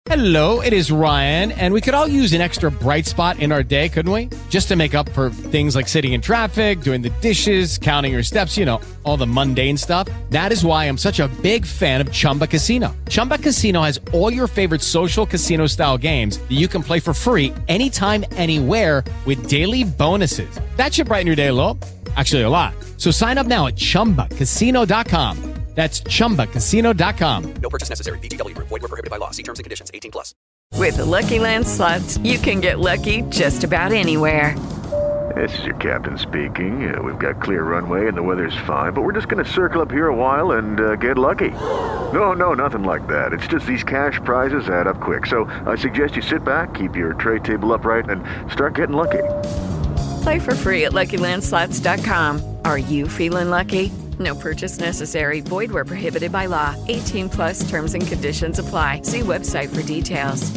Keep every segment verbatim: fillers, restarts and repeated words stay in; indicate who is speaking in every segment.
Speaker 1: Hello, it is Ryan, and we could all use an extra bright spot in our day, couldn't we? Just to make up for things like sitting in traffic, doing the dishes, counting your steps, you know, all the mundane stuff. That is why I'm such a big fan of Chumba Casino. Chumba Casino has all your favorite social casino-style games that you can play for free anytime, anywhere with daily bonuses. That should brighten your day a little. Actually, a lot. So sign up now at chumba casino dot com. That's chumba casino dot com.
Speaker 2: No purchase necessary. V G W Group. Void where prohibited by law. See terms and conditions. eighteen plus.
Speaker 3: With the Lucky Land Slots, you can get lucky just about anywhere.
Speaker 4: This is your captain speaking. Uh, we've got clear runway and the weather's fine, but we're just going to circle up here a while and uh, get lucky. No, no, nothing like that. It's just these cash prizes add up quick. So I suggest you sit back, keep your tray table upright, and start getting lucky.
Speaker 3: Play for free at lucky land slots dot com. Are you feeling lucky? No purchase necessary. Void where prohibited by law. eighteen plus terms and conditions apply. See website for details.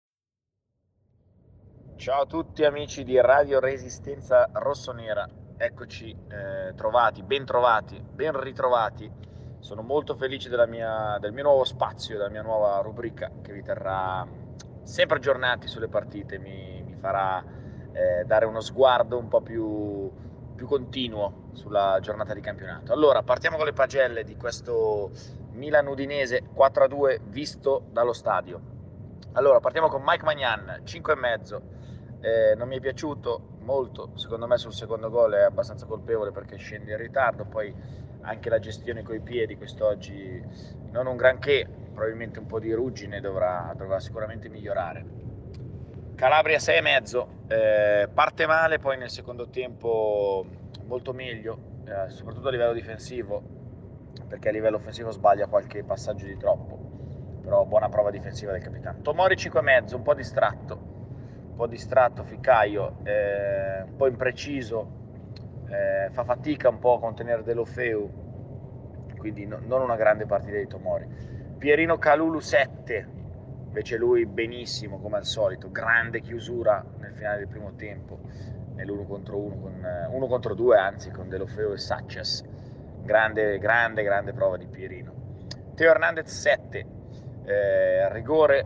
Speaker 5: Ciao a tutti amici di Radio Resistenza Rossonera. Eccoci eh, trovati, ben trovati, ben ritrovati. Sono molto felice della mia, del mio nuovo spazio, della mia nuova rubrica che vi terrà sempre aggiornati sulle partite. Mi, mi farà eh, dare uno sguardo un po' più... più continuo sulla giornata di campionato. Allora, partiamo con le pagelle di questo Milan-Udinese quattro a due visto dallo stadio. Allora, partiamo con Mike Maignan, cinque e mezzo. Eh, non mi è piaciuto molto, secondo me sul secondo gol è abbastanza colpevole perché scende in ritardo, poi anche la gestione coi piedi quest'oggi non un granché, probabilmente un po' di ruggine dovrà, dovrà sicuramente migliorare. Calabria sei e mezzo, eh, parte male, poi nel secondo tempo molto meglio, eh, soprattutto a livello difensivo, perché a livello offensivo sbaglia qualche passaggio di troppo, però buona prova difensiva del capitano. Tomori cinque e mezzo, un po' distratto, un po' distratto Ficaio, eh, un po' impreciso, eh, fa fatica un po' a contenere Deulofeu, quindi no, non una grande partita di Tomori. Pierino Kalulu sette. Invece lui benissimo come al solito, grande chiusura nel finale del primo tempo, nell'uno contro uno, con, uno contro due anzi, con Deulofeu e Sacches. Grande, grande, grande prova di Pierino. Teo Hernandez sette, eh, rigore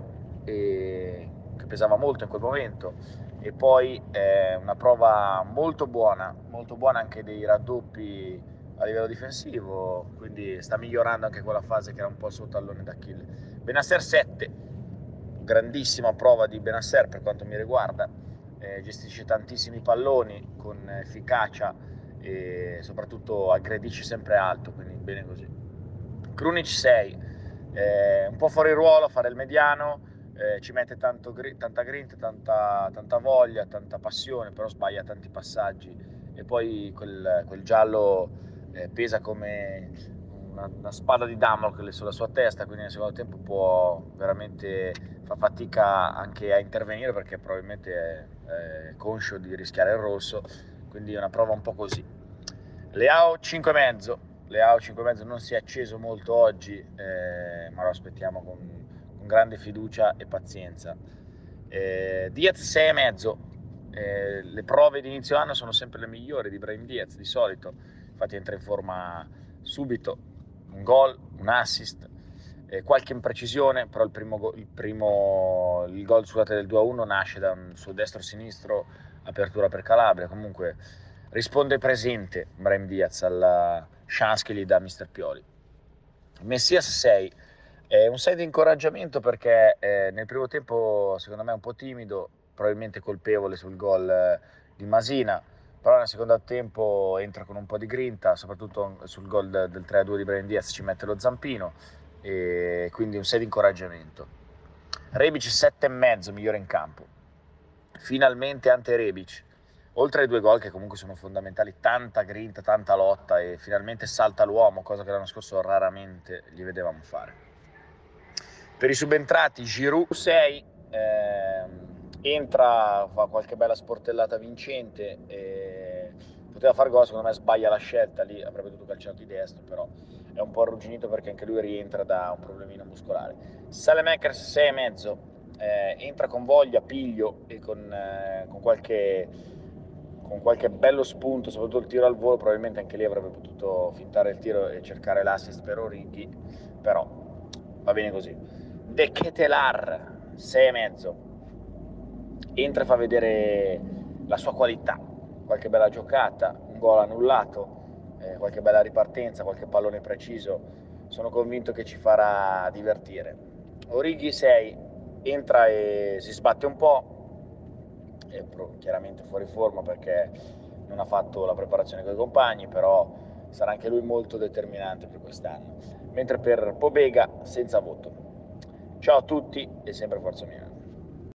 Speaker 5: eh, che pesava molto in quel momento, e poi eh, una prova molto buona, molto buona anche dei raddoppi a livello difensivo, quindi sta migliorando anche quella fase che era un po' il suo tallone d'Achille. Benasser sette. Grandissima prova di Benasser per quanto mi riguarda, eh, gestisce tantissimi palloni con efficacia e soprattutto aggredisce sempre alto, quindi bene così. Krunic sei, eh, un po' fuori ruolo a fare il mediano, eh, ci mette tanto, tanta grinta, tanta, tanta voglia, tanta passione, però sbaglia tanti passaggi e poi quel, quel giallo eh, pesa come una, una spada di Damocle sulla sua testa, quindi nel secondo tempo può veramente fa fatica anche a intervenire perché probabilmente è, è conscio di rischiare il rosso, quindi è una prova un po' così. Leao cinque e mezzo, Leao cinque e mezzo non si è acceso molto oggi, eh, ma lo aspettiamo con, con grande fiducia e pazienza. eh, Diaz sei e mezzo, eh, le prove di inizio anno sono sempre le migliori di Brahim Diaz di solito, infatti entra in forma subito, un gol, un assist, eh, qualche imprecisione, però il primo, il primo il gol scusate, del due a uno nasce da un suo destro-sinistro, apertura per Calabria. Comunque risponde presente Brahim Diaz alla chance che gli dà mister Pioli. Messias sei, è un sei di incoraggiamento perché eh, nel primo tempo secondo me è un po' timido, probabilmente colpevole sul gol eh, di Masina, però nel secondo tempo entra con un po' di grinta, soprattutto sul gol del tre a due di Brahim Diaz ci mette lo zampino, e quindi un sei di incoraggiamento. Rebic sette e mezzo, migliore in campo, finalmente Ante Rebic, oltre ai due gol che comunque sono fondamentali, tanta grinta, tanta lotta e finalmente salta l'uomo, cosa che l'anno scorso raramente gli vedevamo fare. Per i subentrati Giroud sei, ehm, entra, fa qualche bella sportellata vincente, e poteva far gol, secondo me sbaglia la scelta, lì avrebbe dovuto calciare di destro, però è un po' arrugginito perché anche lui rientra da un problemino muscolare. Saelemaekers sei e mezzo, eh, entra con voglia, piglio e con, eh, con qualche con qualche bello spunto, soprattutto il tiro al volo, probabilmente anche lì avrebbe potuto fintare il tiro e cercare l'assist per Orighi, però va bene così. De Ketelar sei e mezzo, entra e fa vedere la sua qualità, qualche bella giocata, un gol annullato, eh, qualche bella ripartenza, qualche pallone preciso, sono convinto che ci farà divertire. Origi sei, entra e si sbatte un po', è chiaramente fuori forma perché non ha fatto la preparazione con i compagni, però sarà anche lui molto determinante per quest'anno. Mentre per Pobega senza voto. Ciao a tutti e sempre Forza Milan.